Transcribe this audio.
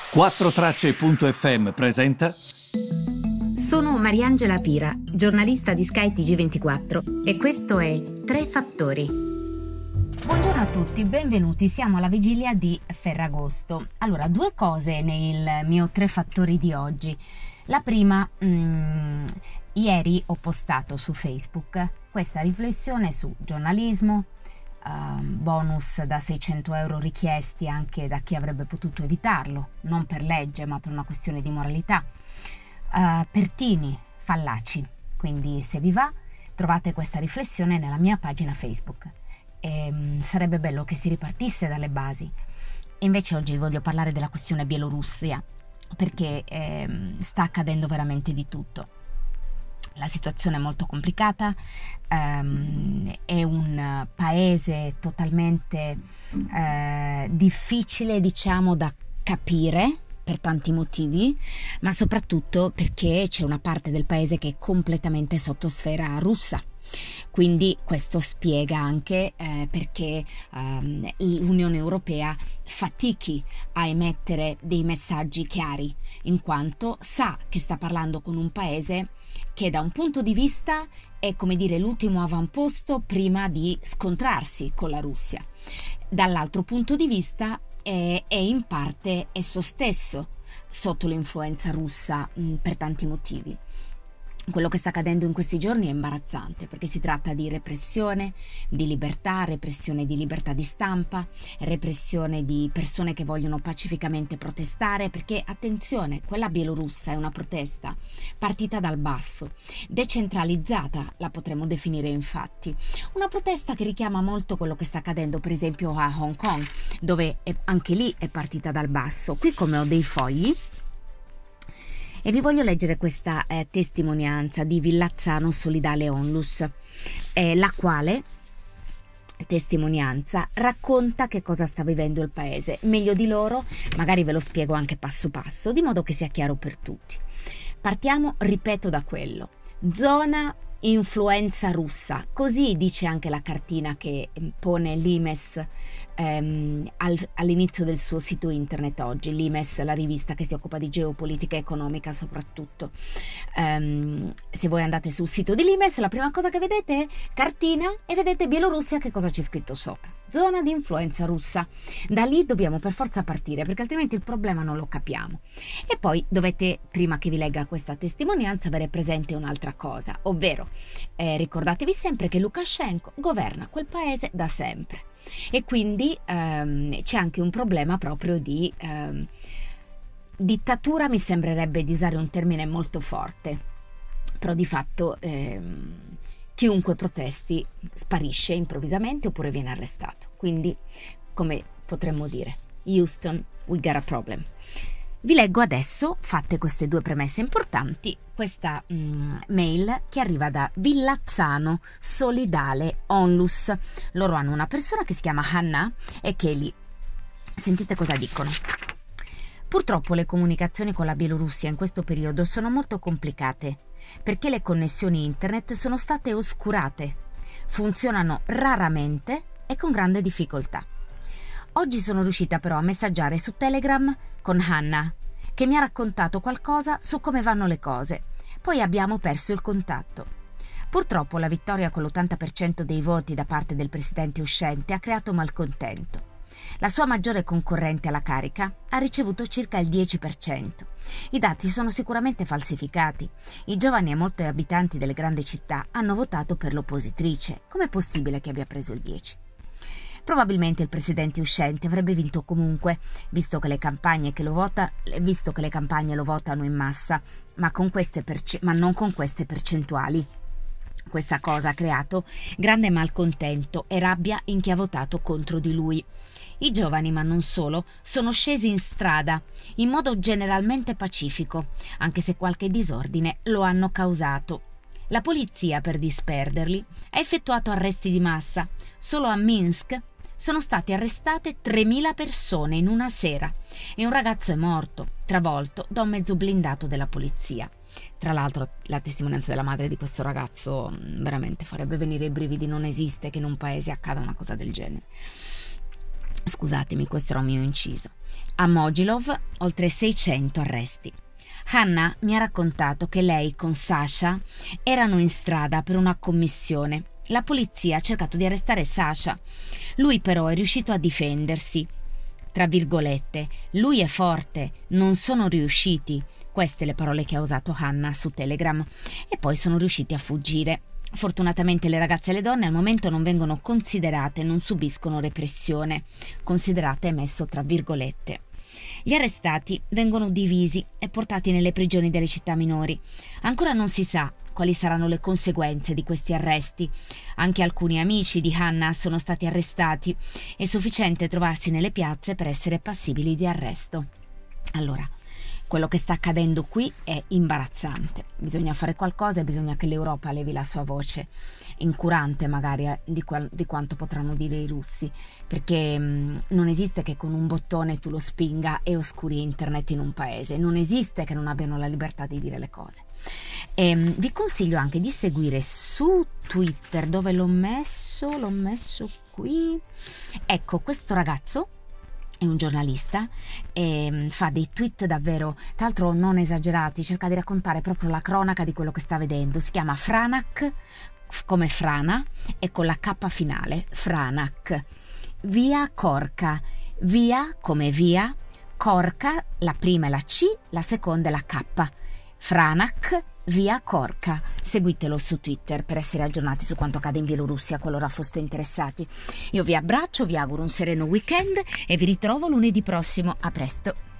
4Tracce.fm presenta. Sono Mariangela Pira, giornalista di Sky TG24 e questo è Tre Fattori. Buongiorno a tutti, benvenuti, siamo alla vigilia di Ferragosto. Allora, due cose nel mio Tre Fattori di oggi. La prima, ieri ho postato su Facebook questa riflessione su giornalismo, bonus da 600 euro richiesti anche da chi avrebbe potuto evitarlo, non per legge ma per una questione di moralità, Pertini, fallaci. Quindi se vi va trovate questa riflessione nella mia pagina Facebook. Sarebbe bello che si ripartisse dalle basi. Invece oggi vi voglio parlare della questione Bielorussia, perché sta accadendo veramente di tutto. La situazione è molto complicata, è un paese totalmente difficile, diciamo, da capire per tanti motivi, ma soprattutto perché c'è una parte del paese che è completamente sotto sfera russa. Quindi questo spiega anche perché l'Unione Europea fatichi a emettere dei messaggi chiari, in quanto sa che sta parlando con un paese che da un punto di vista è, come dire, l'ultimo avamposto prima di scontrarsi con la Russia. Dall'altro punto di vista è in parte esso stesso sotto l'influenza russa per tanti motivi. Quello che sta accadendo in questi giorni è imbarazzante, perché si tratta di repressione di libertà, repressione di libertà di stampa, repressione di persone che vogliono pacificamente protestare, perché attenzione, quella bielorussa è una protesta partita dal basso, decentralizzata la potremmo definire infatti, una protesta che richiama molto quello che sta accadendo per esempio a Hong Kong, dove anche lì è partita dal basso. Qui come ho dei fogli e vi voglio leggere questa testimonianza di Villazzano Solidale Onlus, la quale testimonianza racconta che cosa sta vivendo il paese. Meglio di loro, magari ve lo spiego anche passo passo, di modo che sia chiaro per tutti. Partiamo, ripeto, da quello. Zona influenza russa, così dice anche la cartina che pone l'Imes all'inizio del suo sito internet oggi. L'Imes, la rivista che si occupa di geopolitica economica soprattutto. Se voi andate sul sito di l'Imes, la prima cosa che vedete è cartina e vedete Bielorussia, che cosa c'è scritto sopra: zona di influenza russa. Da lì dobbiamo per forza partire, perché altrimenti il problema non lo capiamo. E poi dovete, prima che vi legga questa testimonianza, avere presente un'altra cosa, ovvero ricordatevi sempre che Lukashenko governa quel paese da sempre e quindi c'è anche un problema proprio di dittatura. Mi sembrerebbe di usare un termine molto forte, però di fatto chiunque protesti sparisce improvvisamente oppure viene arrestato. Quindi, come potremmo dire, Houston, we got a problem. Vi leggo adesso, fatte queste due premesse importanti, questa mail che arriva da Villazzano Solidale Onlus. Loro hanno una persona che si chiama Hanna e Kelly. Sentite cosa dicono. Purtroppo le comunicazioni con la Bielorussia in questo periodo sono molto complicate, perché le connessioni internet sono state oscurate, funzionano raramente e con grande difficoltà. Oggi sono riuscita però a messaggiare su Telegram con Hanna, che mi ha raccontato qualcosa su come vanno le cose. Poi abbiamo perso il contatto. Purtroppo la vittoria con l'80% dei voti da parte del presidente uscente ha creato malcontento. La sua maggiore concorrente alla carica ha ricevuto circa il 10%. I dati sono sicuramente falsificati. I giovani e molti abitanti delle grandi città hanno votato per l'oppositrice. Com'è possibile che abbia preso il 10%? Probabilmente il presidente uscente avrebbe vinto comunque, visto che le campagne lo votano in massa, ma non con queste percentuali. Questa cosa ha creato grande malcontento e rabbia in chi ha votato contro di lui. I giovani, ma non solo, sono scesi in strada in modo generalmente pacifico, anche se qualche disordine lo hanno causato. La polizia, per disperderli, ha effettuato arresti di massa. Solo a Minsk sono state arrestate 3.000 persone in una sera e un ragazzo è morto, travolto da un mezzo blindato della polizia. Tra l'altro la testimonianza della madre di questo ragazzo veramente farebbe venire i brividi. Non esiste che in un paese accada una cosa del genere. Scusatemi, questo era un mio inciso. A Mogilov oltre 600 arresti. Hanna mi ha raccontato che lei con Sasha erano in strada per una commissione. La polizia ha cercato di arrestare Sasha. Lui però è riuscito a difendersi. Tra virgolette, lui è forte, non sono riusciti. Queste le parole che ha usato Hanna su Telegram. E poi sono riusciti a fuggire. Fortunatamente le ragazze e le donne al momento non vengono considerate, non subiscono repressione. Considerate è messo tra virgolette. Gli arrestati vengono divisi e portati nelle prigioni delle città minori. Ancora non si sa quali saranno le conseguenze di questi arresti. Anche alcuni amici di Hanna sono stati arrestati. È sufficiente trovarsi nelle piazze per essere passibili di arresto. Allora, quello che sta accadendo qui è imbarazzante. Bisogna fare qualcosa e bisogna che l'Europa levi la sua voce, incurante magari di quanto potranno dire i russi, perché non esiste che con un bottone tu lo spinga e oscuri internet in un paese, non esiste che non abbiano la libertà di dire le cose. E vi consiglio anche di seguire su Twitter, dove l'ho messo qui, ecco, questo ragazzo è un giornalista e fa dei tweet davvero, tra l'altro non esagerati, cerca di raccontare proprio la cronaca di quello che sta vedendo. Si chiama Franak, come Frana, e con la K finale, Franak. Via Corca, via come via, Corca, la prima è la C, la seconda è la K. Franak, via Corca. Seguitelo su Twitter per essere aggiornati su quanto accade in Bielorussia qualora foste interessati. Io vi abbraccio, vi auguro un sereno weekend e vi ritrovo lunedì prossimo. A presto.